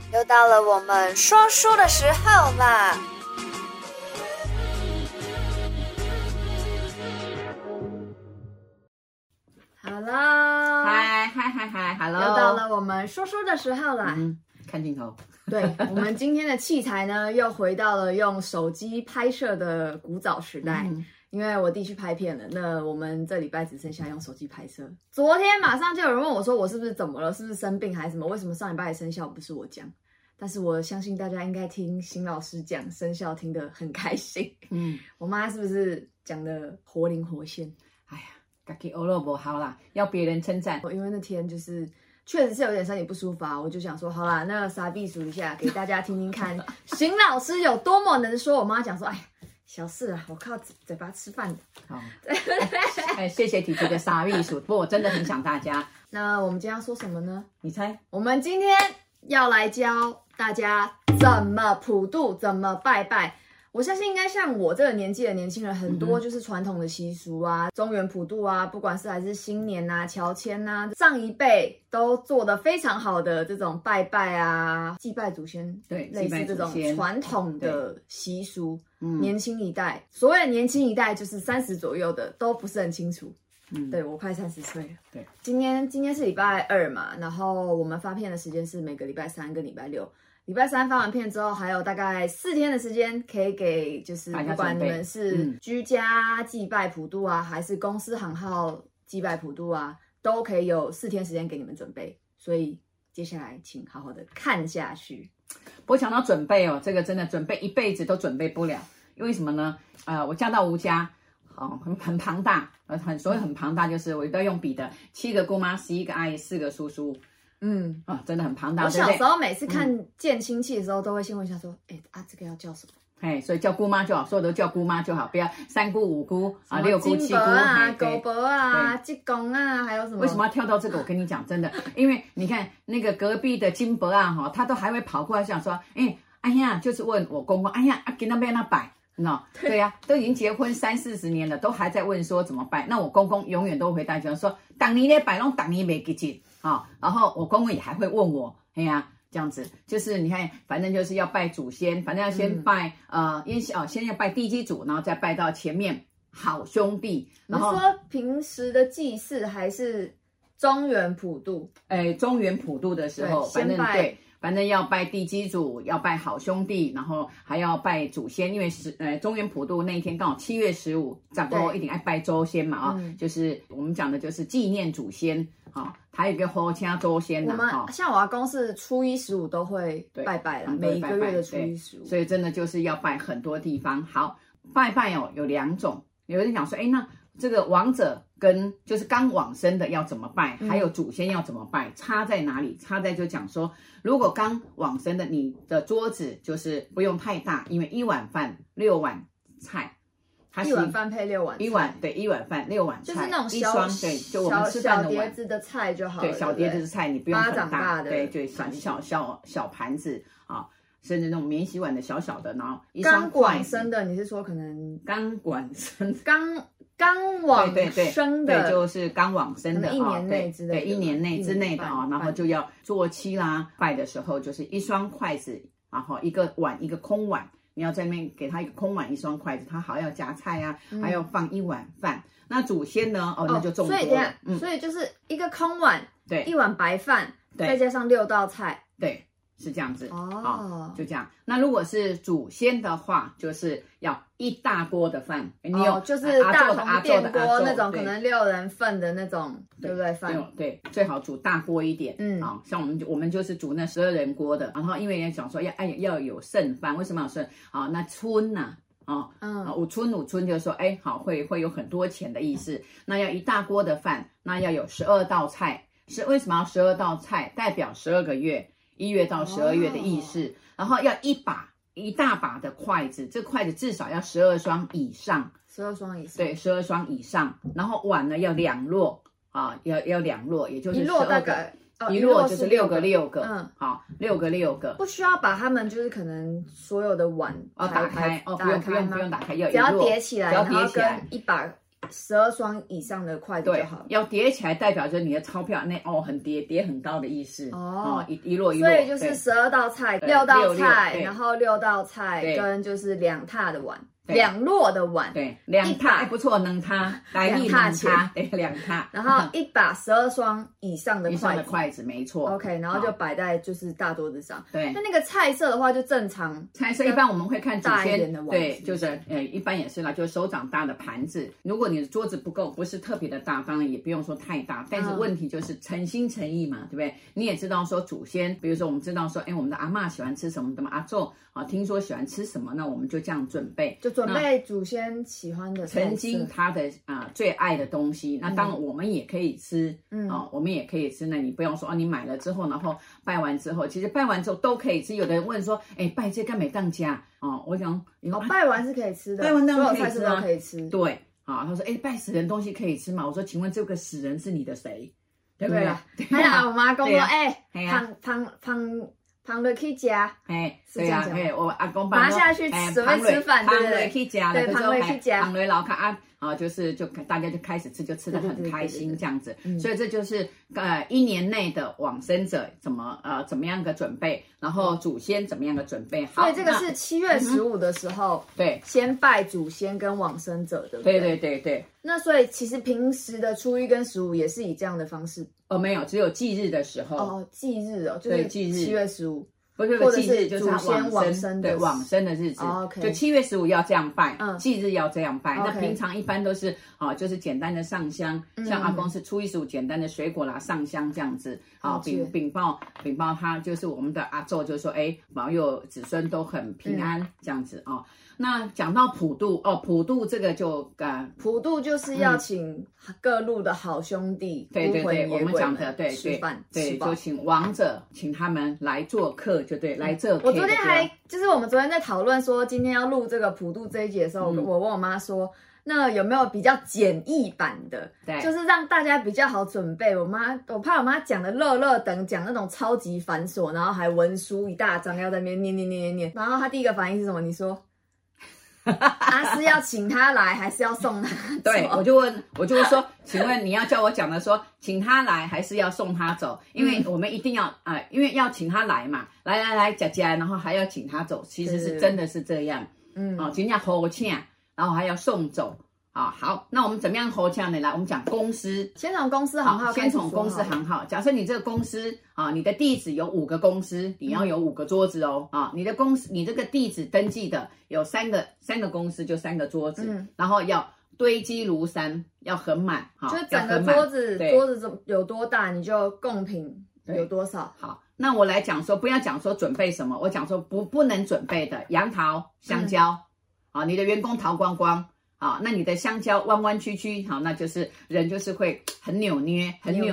又到了我们说书的时候啦！好啦， 嗨 ，Hello， 又到了我们说书的时候啦。 看镜头。 对，我们今天的器材呢，又回到了用手机拍摄的古早时代。因为我弟去拍片了，那我们这礼拜只剩下用手机拍摄。昨天马上就有人问我说，我是不是怎么了？是不是生病还是什么？为什么上礼拜的生肖不是我讲？但是我相信大家应该听邢老师讲生肖听得很开心。我妈是不是讲得活灵活现？ 哎呀，自己欧乐不好啦，要别人称赞。 因为那天就是确实是有点身体不舒服啊，我就想说，好啦，那傻避暑一下，给大家听听看邢老师有多么能说。我妈讲说，哎呀，小事啊，我靠嘴巴吃饭的。好， 谢谢体体的傻避暑，不过我真的很想大家。 那我们今天要说什么呢？ 你猜？ 我们今天要来教大家怎么普渡，怎么拜拜。我相信应该像我这个年纪的年轻人，很多就是传统的习俗啊，中元普渡啊，不管是还是新年啊、乔迁啊，上一辈都做得非常好的这种拜拜啊、祭拜祖先， 对， 类似这种传统的习俗。年轻一代，所谓的年轻一代就是30左右的，都不是很清楚。对，我快30岁了。对，今天是礼拜2嘛，然后我们发片的时间是每个礼拜3跟礼拜6。礼拜3发完片之后，还有大概4天的时间，可以给就是不管你们是居家祭拜普渡啊，还是公司行号祭拜普渡啊，都可以有4天时间给你们准备。所以接下来请好好的看下去。 不过讲到准备哦，这个真的准备一辈子都准备不了，因为什么呢？我家到吴家。很庞大，所谓很庞大，就是我都用笔的，7个姑妈，11个阿姨，4个叔叔，真的很庞大。 我小时候每次看见亲戚的时候，都会先问一下说，这个要叫什么？ 所以叫姑妈就好，所有都叫姑妈就好，不要3姑、5姑啊、6姑、7姑啊、狗伯啊、鸡公啊，还有什么？ 为什么要跳到这个？我跟你讲，真的，因为你看那个隔壁的金伯啊，他都还会跑过来想说，哎呀，就是问我公公，哎呀，给那边那摆。对呀，都已经结婚30-40年了，都还在问说怎么拜。那我公公永远都回答说，当年的拜弄当年没给进啊。然后我公公也还会问我，哎呀，这样子就是你看，反正就是要拜祖先，反正要先拜先要拜地基主，然后再拜到前面好兄弟。然后你说平时的祭祀还是中元普渡？ 中元普渡的时候，反正对。反正要拜地基主，要拜好兄弟，然后还要拜祖先，因为中元普渡那一天刚好7月15，长辈一定爱拜祖先嘛就是我们讲的就是纪念祖先还有一个好请祖先我们像我阿公是初1、15都会拜拜啦，每一个月的初1、15， 所以真的就是要拜很多地方。好，拜拜有2种，有人讲说，那这个亡者跟就是刚往生的要怎么拜，还有祖先要怎么拜，差在哪里？差在就讲说，如果刚往生的，你的桌子就是不用太大，因为1碗饭6碗菜 ，1碗饭配6碗菜， 1碗饭6碗菜， 就是那种就我们吃饭的小碟子的菜就好了。 对，小碟子的菜你不用很大的， 对，小盘子甚至那种免洗碗的小小的，然后一双刚往生的，你是说可能刚往生刚往生的， 对，就是刚往生的 1年内之类的， 对，1年内之内的然后就要做七啦，拜的时候就是一双筷子，然后一个碗一个空碗，你要在那边给他一个空碗一双筷子，他还要夹菜啊，还要放1碗饭。那祖先呢？那就众多了。 所以就是一个空碗， 对 ，1碗白饭，再加上6道菜， 对。是这样子就这样。那如果是祖先的话，就是要1大锅的饭，你有就是大同电锅那种，可能6人份的那种，对不对？饭对，最好煮大锅一点。像我们就是煮那12人锅的，然后因为想说要有剩饭，为什么要剩那春呐五春就是说好会有很多钱的意思。那要1大锅的饭，那要有12道菜，为什么要12道菜？代表12个月。1月到12月的意思，然后要一大把的筷子，这筷子至少要12双以上 ，12双以上， 对，12双以上。然后碗呢要2摞要2摞，也就是12个，一摞就是6个6个，6个， 不需要把它们就是可能所有的碗打开，不用打开，要只要叠起来， 只要叠起来， 一把 12双以上的筷子就好了。 要叠起来代表着你的钞票那很叠很高的意思一摞一摞。 所以就是12道菜，6道菜，然后6道菜跟就是2踏的碗。2摞的碗， 对，2踏不错，2踏，来2踏钱，对，2踏， 然后一把12双以上的筷子，没错。 OK， 然后就摆在就是大桌子上。 对， 那个菜色的话就正常， 菜色一般我们会看祖先的碗， 对，就是一般也是啦，就是手掌大的盘子。如果你的桌子不是特别的大，当然也不用说太大，但是问题就是诚心诚意嘛，对不对？你也知道说祖先，比如说我们知道说，我们的阿嬷喜欢吃什么，对吗？阿祖听说喜欢吃什么，那我们就这样准备， 就准备祖先喜欢的曾经他的最爱的东西。那当然我们也可以吃，我们也可以吃。那你不用说你买了之后，然后拜完之后，其实拜完之后都可以吃。有的人问说，拜这干没当家我想拜完是可以吃的， 拜完当然所有菜色都可以吃。 对他说拜死人东西可以吃嘛？我说请问这个死人是你的谁？对不对？ 还有我妈跟我说，旁落去吃， 对啊，我阿公拿下去准备吃饭，对不对？ 去吃了， 对，旁落去吃， 旁落老卡就是大家就开始吃，就吃得很开心这样子。所以这就是1年内的往生者怎么样的准备，然后祖先怎么样的准备。好， 所以这个是7月15的时候， 对， 先拜祖先跟往生者的。 对。 那所以其实平时的初1跟15也是以这样的方式。 没有，只有忌日的时候。 忌日就是7月15。 不是忌日，就是往生的日子。就7月15要这样拜，忌日要这样拜。那平常一般都是就是简单的上香，像阿公是初1、15简单的水果啦上香这样子。禀报他就是我们的阿祖，就说保佑子孙都很平安这样子那讲到普渡普渡这个就普渡就是要请各路的好兄弟， 对，我们讲的吃饭， 就请亡者请他们来做客，就对，来这。 我昨天就是我们昨天在讨论说今天要录这个普渡这一节的时候，我问我妈说，那有没有比较简易版的，就是让大家比较好准备？我怕我妈讲的乐等，讲那种超级繁琐，然后还文书一大张要在那边念，然后她第一个反应是什么？你说？是要请他来还是要送他走？ 对，我就会说，请问你要叫我讲的说，请他来还是要送他走？因为我们一定要因为要请他来嘛，来家，然后还要请他走，其实是真的是这样。请人家好请，然后还要送走。好，那我们怎么样合腔呢？来，我们讲公司， 先从公司行号开始说。 先从公司行号。假设你这个公司你的地址有5个公司，你要有5个桌子你的公司，你这个地址登记的有3个公司，就3个桌子，然后要堆积如山，要很满就整个桌子有多大，你就贡品有多少。 好，那我来讲说，不要讲说准备什么，我讲说不能准备的，杨桃、香蕉你的员工逃光光。那你的香蕉弯弯曲曲，那就是人就是会很扭捏，然后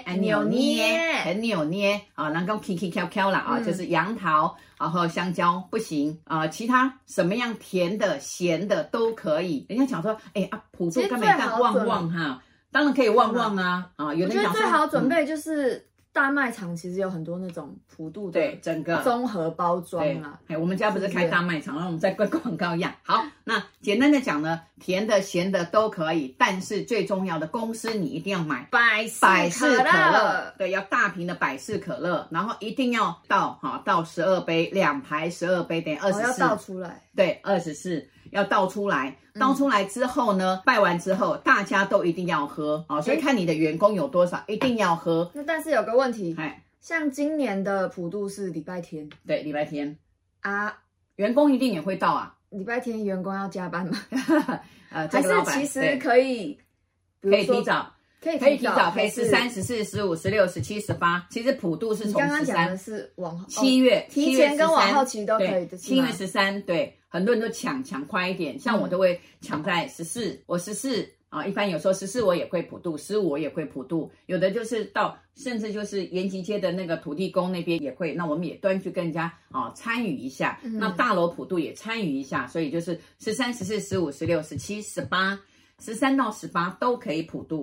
K 啦就是杨桃，然后香蕉不行其他什么样甜的、咸的都可以。人家讲说，普渡干美蛋旺当然可以旺有人讲说最好准备就是大卖场，其实有很多那种普渡的整个综合包装我们家不是开大卖场，然后我们在跟广告一样。好，那简单的讲呢，甜的、咸的都可以，但是最重要的，公司你一定要买百事可乐， 对，要大瓶的百事可乐，然后一定要倒12杯，2排12杯等于24， 要倒出来， 对，24要倒出来。倒出来之后呢，拜完之后大家都一定要喝所以看你的员工有多少，一定要喝。 那但是有个问题，像今年的普渡是礼拜天， 对，礼拜天员工一定也会到礼拜天员工要加班吗？ 还是其实可以提早，可以提早，可以13、14、15、16、17、18。其实普渡是从13， 刚刚讲的是 7月， 提前跟往后期都可以的。 7月13，对，很多人都抢快一点，像我都会抢在14，我14一般有时候14我也会普渡，15我也会普渡，有的就是到甚至就是延吉街的那个土地公那边也会，那我们也端去跟人家参与一下，那大楼普渡也参与一下，所以就是13、14、15、16、17、18，13到18都可以普渡。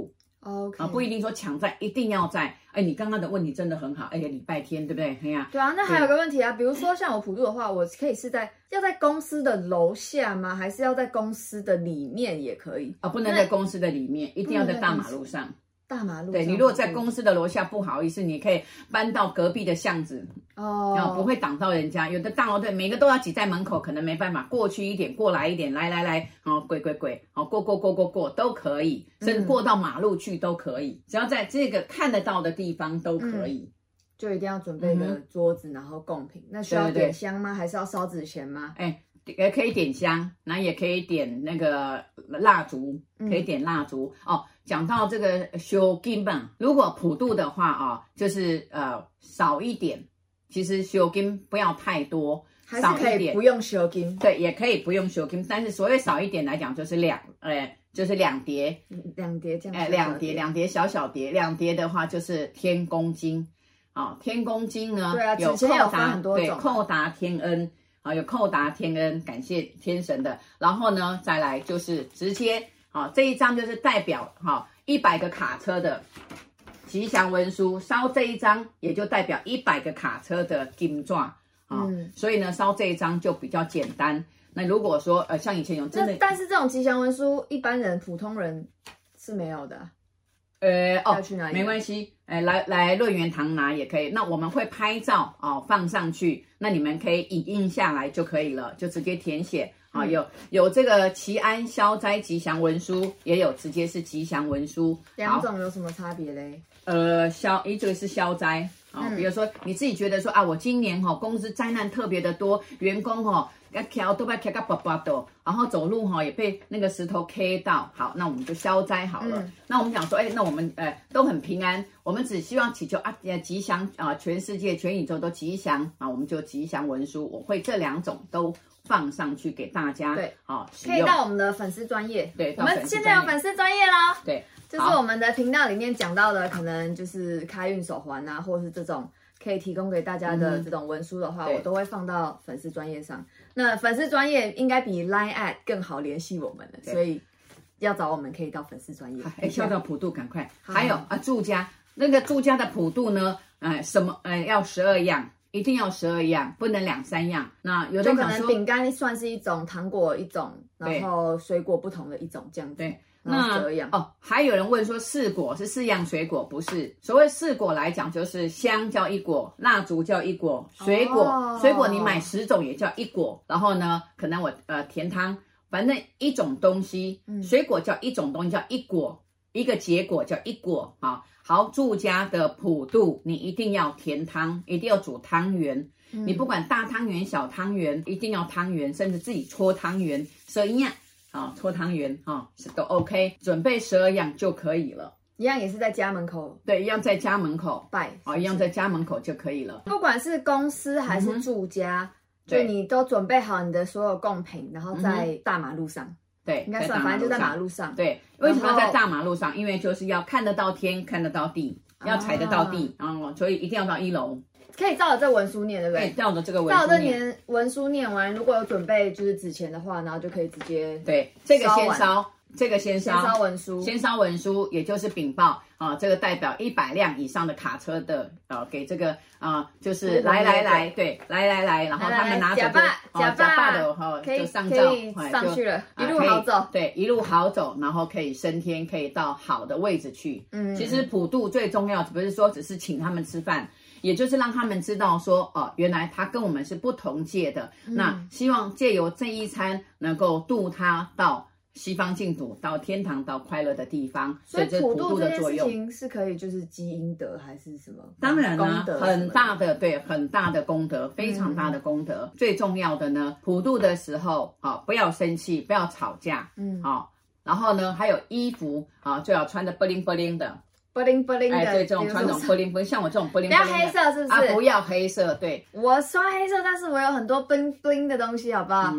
OK 不一定说抢在一定要在。你刚刚的问题真的很好，礼拜天对不对？ 对啊，那还有个问题啊，比如说像我普渡的话，我可以是要在公司的楼下吗？还是要在公司的里面也可以？ 不能在公司的里面，一定要在大马路上。 大马路上， 对，你如果在公司的楼下，不好意思，你可以搬到隔壁的巷子不会挡到人家。有的大楼对每个都要挤在门口，可能没办法，过去一点，过来一点，来，鬼，过都可以，甚至过到马路去都可以，只要在这个看得到的地方都可以。 就一定要准备个桌子，然后贡品。那需要点香吗？还是要烧纸钱吗？ 也可以点香，然后也可以点那个蜡烛，可以点蜡烛讲到这个烧金吧，如果普渡的话就是少一点，其实烧金不要太多， 还是可以不用烧金。 对，也可以不用烧金，但是所谓少一点来讲，就是两碟， 两碟这样， 两碟小碟，两碟的话就是天公金天公金呢， 对啊，之前有分很多种， 对，叩答天恩有叩答天恩，感谢天神的，然后呢再来就是直接这一张就是代表100个卡车的吉祥文书，烧这一张也就代表100个卡车的金钻所以呢烧这一张就比较简单。那如果说像以前有真的， 但是这种吉祥文书一般人普通人是没有的。要去哪里？ 没关系，来润园堂拿也可以。那我们会拍照放上去，那你们可以影印下来就可以了，就直接填写有这个祈安消灾吉祥文书，也有直接是吉祥文书。 两种有什么差别嘞？ 这个是消灾比如说你自己觉得说我今年公司灾难特别的多，员工都被 K 到拔拔的，然后走路也被那个石头 K 到，好，那我们就消灾好了。那我们讲说，那我们都很平安，我们只希望祈求吉祥全世界全宇宙都吉祥我们就吉祥文书，我会这2种都放上去给大家， 对，可以到我们的粉丝专页， 对， 我们现在有粉丝专页咯， 对， 就是我们的频道里面讲到的，可能就是开运手环或是这种可以提供给大家的这种文书的话，我都会放到粉丝专页上。那粉丝专页应该比 Line@ 更好联系我们的，所以要找我们可以到粉丝专页。 跳到普渡赶快，还有住家那个住家的普渡呢，要12样。一定要12样，不能2、3样。那有的人可能饼干算是一种，糖果一种，然后水果不同的一种这样子。 对， 那12样还有人问说4果是4样水果，不是。所谓4果来讲，就是香叫1果，蜡烛叫1果，水果你买10种也叫1果。然后呢，可能我甜汤，反正一种东西，水果叫一种东西叫1果，一个结果叫1果好，住家的普渡，你一定要甜汤，一定要煮汤圆。你不管大汤圆、小汤圆，一定要汤圆，甚至自己搓汤圆，12样搓汤圆都 OK。准备12样就可以了， 一样也是在家门口， 对，一样在家门口拜一样在家门口就可以了。 不管是公司还是住家，就你都准备好你的所有贡品，然后在大马路上。 对， 应该算，反正就在马路上。 对，为什么要在大马路上？因为就是要看得到天，看得到地，要踩得到地，所以一定要到1楼。 可以照着这文书念，对不对？ 照着这个文书念。照着这文书念完，如果有准备就是纸钱的话，然后就可以直接对这个先烧。这个先烧文书， 先烧文书，也就是禀报这个代表100辆以上的卡车的给这个就是来，对，来，然后他们拿着假发的就上轿， 可以上去了，一路好走， 对，一路好走，然后可以升天，可以到好的位置去。其实普渡最重要不是说只是请他们吃饭，也就是让他们知道说原来他跟我们是不同界的。那希望借由这一餐能够渡他到西方净土，到天堂，到快乐的地方。 所以普渡的作用这件事情是可以就是积阴德还是什么？ 当然啦，很大的，对，很大的功德，非常大的功德。最重要的呢，普渡的时候不要生气，不要吵架，然后呢还有衣服最好穿的 bling bling 的。 bling bling 的， 对，这种传统 bling bling， 像我这种 bling bling 的， 不要黑色是不是？ 不要黑色，对。 我刷黑色，但是我有很多 bling bling 的东西，好不好？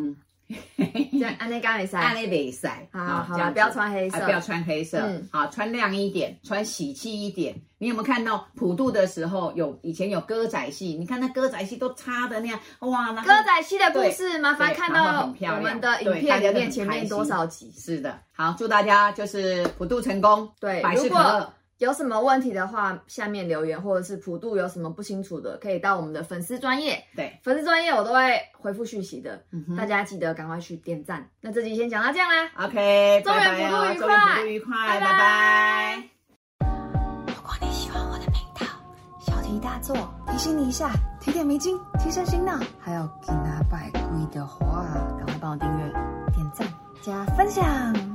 这样安内干没塞， 安内没塞。 好了，不要穿黑色， 不要穿黑色。好，穿亮一点，穿喜气一点。你有没有看到普渡的时候以前有歌仔戏？你看那歌仔戏都插的那样，哇！ 歌仔戏的故事，麻烦看到我们的影片里面前面多少集？ 是的，好，祝大家就是普渡成功， 对， 百事可乐。 有什么问题的话，下面留言，或者是普渡有什么不清楚的，可以到我们的粉丝专页。 对， 粉丝专页我都会回复讯息的，大家记得赶快去点赞。那这集先讲到这样啦 ，OK， 中元普渡愉快， 中元普渡愉快，拜拜。 如果你喜欢我的频道，小题大做，提醒你一下，提点迷津，提升心脑，还有给他拜贵的话，赶快帮我订阅、点赞、加分享。